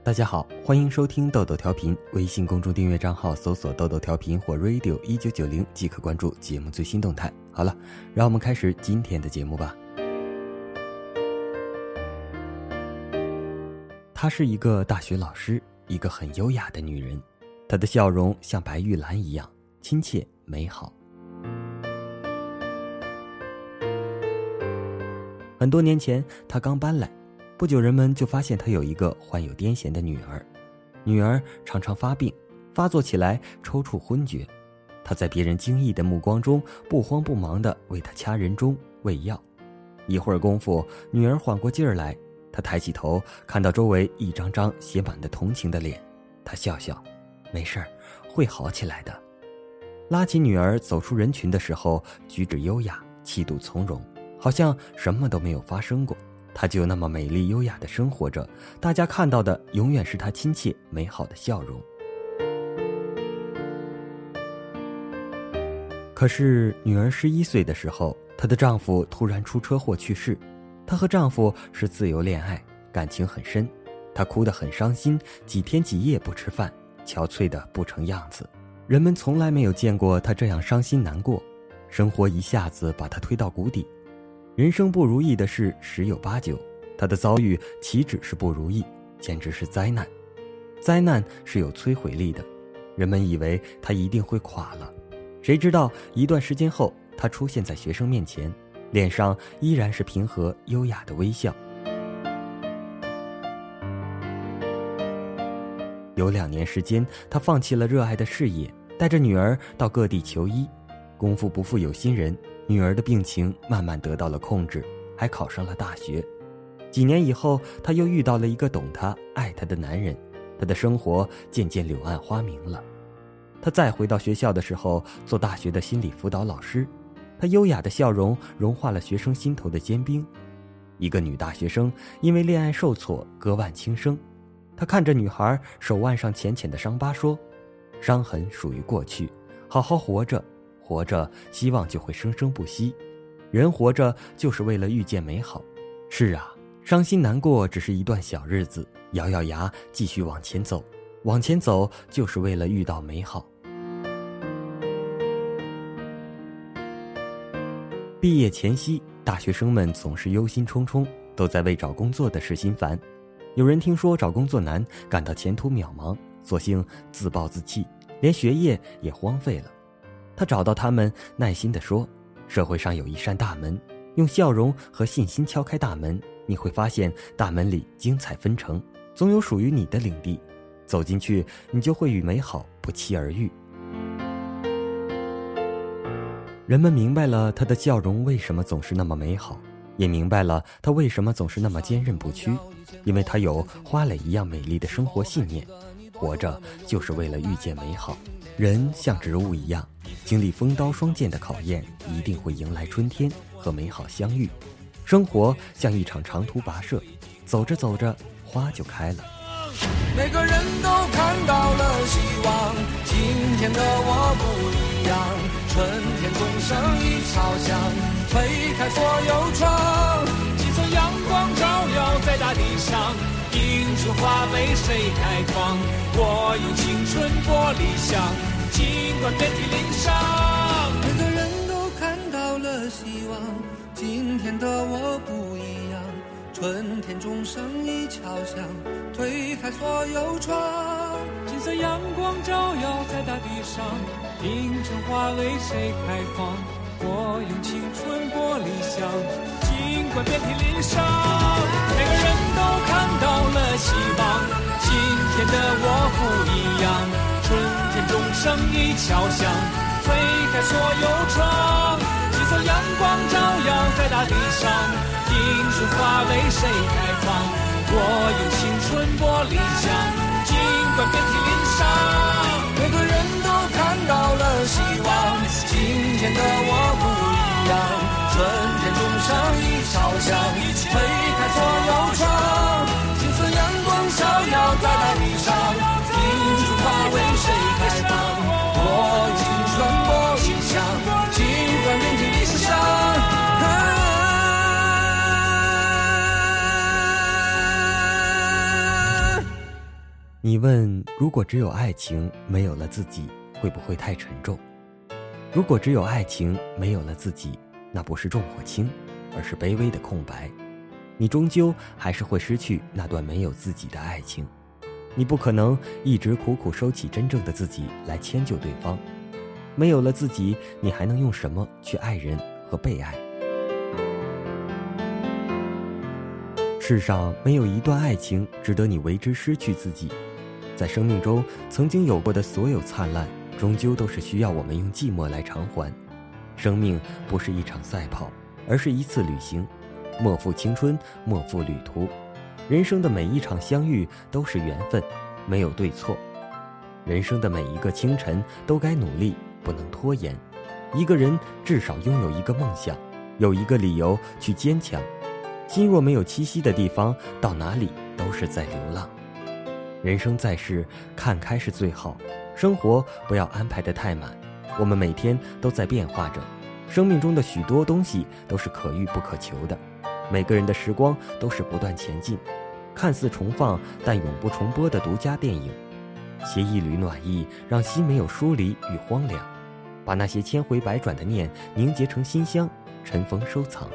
大家好，欢迎收听豆豆调频，微信公众订阅账号搜索豆豆调频或 radio 1990即可关注节目最新动态。好了，让我们开始今天的节目吧。她是一个大学老师，一个很优雅的女人，她的笑容像白玉兰一样亲切美好。很多年前她刚搬来，不久人们就发现她有一个患有癫痫的女儿，女儿常常发病，发作起来抽搐昏厥。她在别人惊异的目光中不慌不忙地为她掐人中喂药。一会儿功夫，女儿缓过劲儿来，她抬起头，看到周围一张张写满的同情的脸，她笑笑，没事儿，会好起来的。拉起女儿走出人群的时候，举止优雅，气度从容，好像什么都没有发生过。她就那么美丽优雅地生活着，大家看到的永远是她亲切美好的笑容。可是女儿11岁的时候，她的丈夫突然出车祸去世。她和丈夫是自由恋爱，感情很深。她哭得很伤心，几天几夜不吃饭，憔悴得不成样子。人们从来没有见过她这样伤心难过，生活一下子把她推到谷底。人生不如意的事十有八九，她的遭遇岂止是不如意，简直是灾难。灾难是有摧毁力的，人们以为她一定会垮了，谁知道一段时间后，她出现在学生面前，脸上依然是平和优雅的微笑。有2年时间，她放弃了热爱的事业，带着女儿到各地求医。功夫不负有心人，女儿的病情慢慢得到了控制，还考上了大学。几年以后，她又遇到了一个懂她爱她的男人，她的生活渐渐柳暗花明了。她再回到学校的时候，做大学的心理辅导老师，她优雅的笑容融化了学生心头的坚冰。一个女大学生因为恋爱受挫割腕轻生，她看着女孩手腕上浅浅的伤疤说，伤痕属于过去，好好活着，活着希望就会生生不息。人活着就是为了遇见美好。是啊，伤心难过只是一段小日子，咬咬牙继续往前走，往前走就是为了遇到美好。毕业前夕，大学生们总是忧心忡忡，都在为找工作的事心烦。有人听说找工作难，感到前途渺茫，索性自暴自弃，连学业也荒废了。他找到他们，耐心地说，社会上有一扇大门，用笑容和信心敲开大门，你会发现大门里精彩纷呈，总有属于你的领地。走进去，你就会与美好不期而遇。人们明白了他的笑容为什么总是那么美好，也明白了他为什么总是那么坚韧不屈，因为他有花蕾一样美丽的生活信念。活着就是为了遇见美好。人像植物一样，经历风刀霜剑的考验，一定会迎来春天和美好相遇。生活像一场长途跋涉，走着走着，花就开了。 每个人都看到了希望，今天的我不一样，春天钟声已敲响，推开所有窗，几层阳光照耀在大地上，迎春花为谁开放，我用青春播理想，尽管遍体鳞伤。每个人都看到了希望，今天的我不一样，春天钟声已敲响，推开所有窗，金色阳光照耀在大地上，迎春花为谁开放，我用青春播理想，尽管遍体鳞伤。每个人都看到了希望，今天的我不一样，春天钟声已敲响，推开所有窗，金色阳光照耀在大地上，迎春花为谁开放，我用青春播理想，尽管遍体鳞伤。每个人都看到了希望，今天的我不一样，春天钟声已敲响，推开所有窗，金色阳光照耀在大地上，迎春花为谁开放，我用青春播理想，尽管遍体鳞伤。 你问，如果只有爱情，没有了自己，会不会太沉重？如果只有爱情，没有了自己，那不是重或轻，而是卑微的空白。你终究还是会失去那段没有自己的爱情。你不可能一直苦苦收起真正的自己来迁就对方。没有了自己，你还能用什么去爱人和被爱？世上没有一段爱情值得你为之失去自己。在生命中曾经有过的所有灿烂，终究都是需要我们用寂寞来偿还。生命不是一场赛跑，而是一次旅行。莫负青春，莫负旅途。人生的每一场相遇都是缘分，没有对错。人生的每一个清晨都该努力，不能拖延。一个人至少拥有一个梦想，有一个理由去坚强。心若没有栖息的地方，到哪里都是在流浪。人生在世，看开是最好。生活不要安排得太满，我们每天都在变化着。生命中的许多东西都是可遇不可求的，每个人的时光都是不断前进，看似重放但永不重播的独家电影。携一缕暖意，让心没有疏离与荒凉，把那些千回百转的念凝结成馨香，尘封收藏。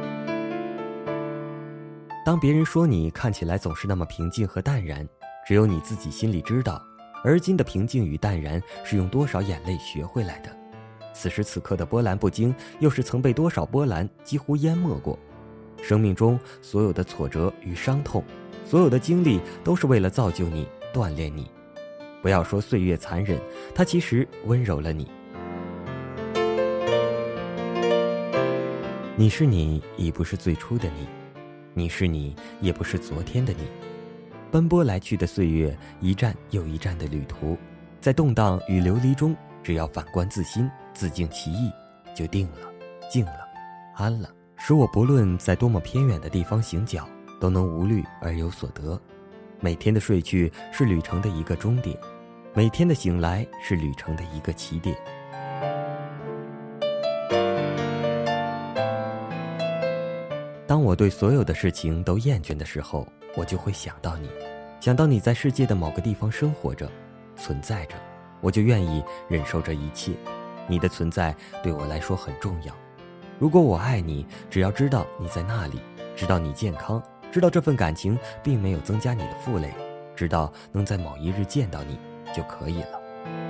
当别人说你看起来总是那么平静和淡然，只有你自己心里知道，而今的平静与淡然是用多少眼泪学回来的。此时此刻的波澜不惊，又是曾被多少波澜几乎淹没过。生命中所有的挫折与伤痛，所有的经历，都是为了造就你，锻炼你。不要说岁月残忍，它其实温柔了你。你是你，已不是最初的你；你是你，也不是昨天的你。奔波来去的岁月，一站又一站的旅途，在动荡与流离中，只要反观自心，自净其意，就定了，静了，安了，使我不论在多么偏远的地方行脚，都能无虑而有所得。每天的睡去是旅程的一个终点，每天的醒来是旅程的一个起点。当我对所有的事情都厌倦的时候，我就会想到你，想到你在世界的某个地方生活着，存在着，我就愿意忍受这一切。你的存在对我来说很重要。如果我爱你，只要知道你在那里，知道你健康，知道这份感情并没有增加你的负累，知道能在某一日见到你就可以了。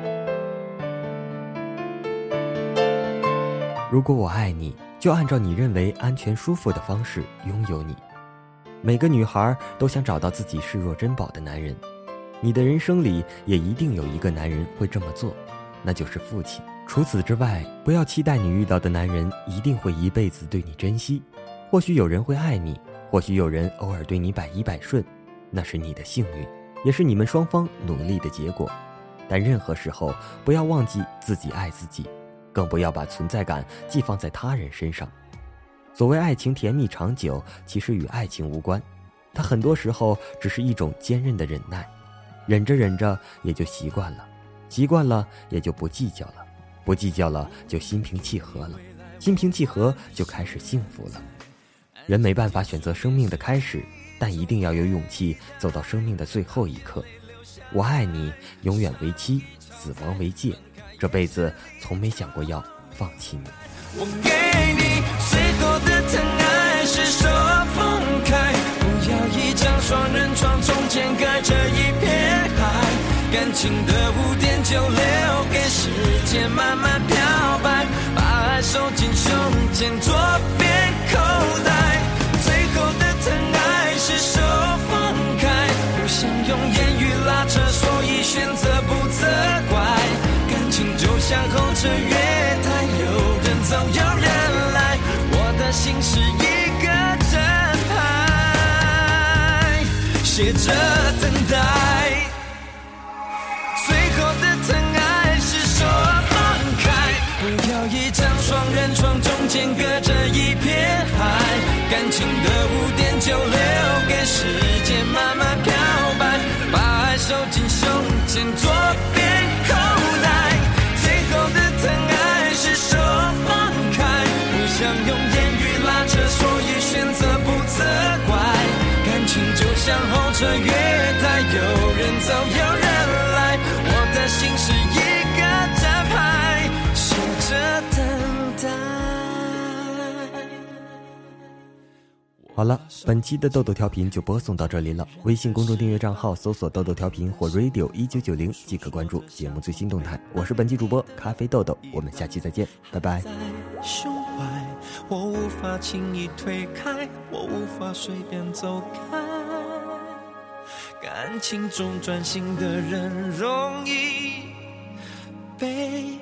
如果我爱你，就按照你认为安全舒服的方式拥有你。每个女孩都想找到自己视若珍宝的男人，你的人生里也一定有一个男人会这么做，那就是父亲。除此之外，不要期待你遇到的男人一定会一辈子对你珍惜。或许有人会爱你，或许有人偶尔对你百依百顺，那是你的幸运，也是你们双方努力的结果。但任何时候不要忘记自己爱自己，更不要把存在感寄放在他人身上。所谓爱情甜蜜长久，其实与爱情无关，它很多时候只是一种坚韧的忍耐，忍着忍着也就习惯了，习惯了也就不计较了，不计较了就心平气和了，心平气和就开始幸福了。人没办法选择生命的开始，但一定要有勇气走到生命的最后一刻。我爱你，永远为妻，死亡为戒，这辈子从没想过要放弃你。 我给你最后的疼爱，是手放开，不要一张双人床，中间隔着一片海，感情的污点就留给时间慢慢漂白，把爱收进胸前左边口袋。最后的疼爱是手放开，不想用言语拉扯，所以选择不责怪，感情就像候车月台，有人走有人来，我的心是一个正牌，写着等待。最后的疼爱是手放开，不要一张双人床，中间隔着一片海，感情的污点就留给时间慢慢漂白，把爱收进胸前左边口袋。最后的疼爱是手放开，不想用言语拉扯，所以选择不责怪，感情就像候车月台，有人走总有人来，我的心是一个站牌，守着等待。 好了，本期的豆豆调频就播送到这里了。微信公众订阅账号搜索豆豆调频或 radio 1990即可关注节目最新动态。我是本期主播咖啡豆豆，我们下期再见，拜拜。 胸怀，我无法轻易推开，我无法随便走开。感情中专心的人容易被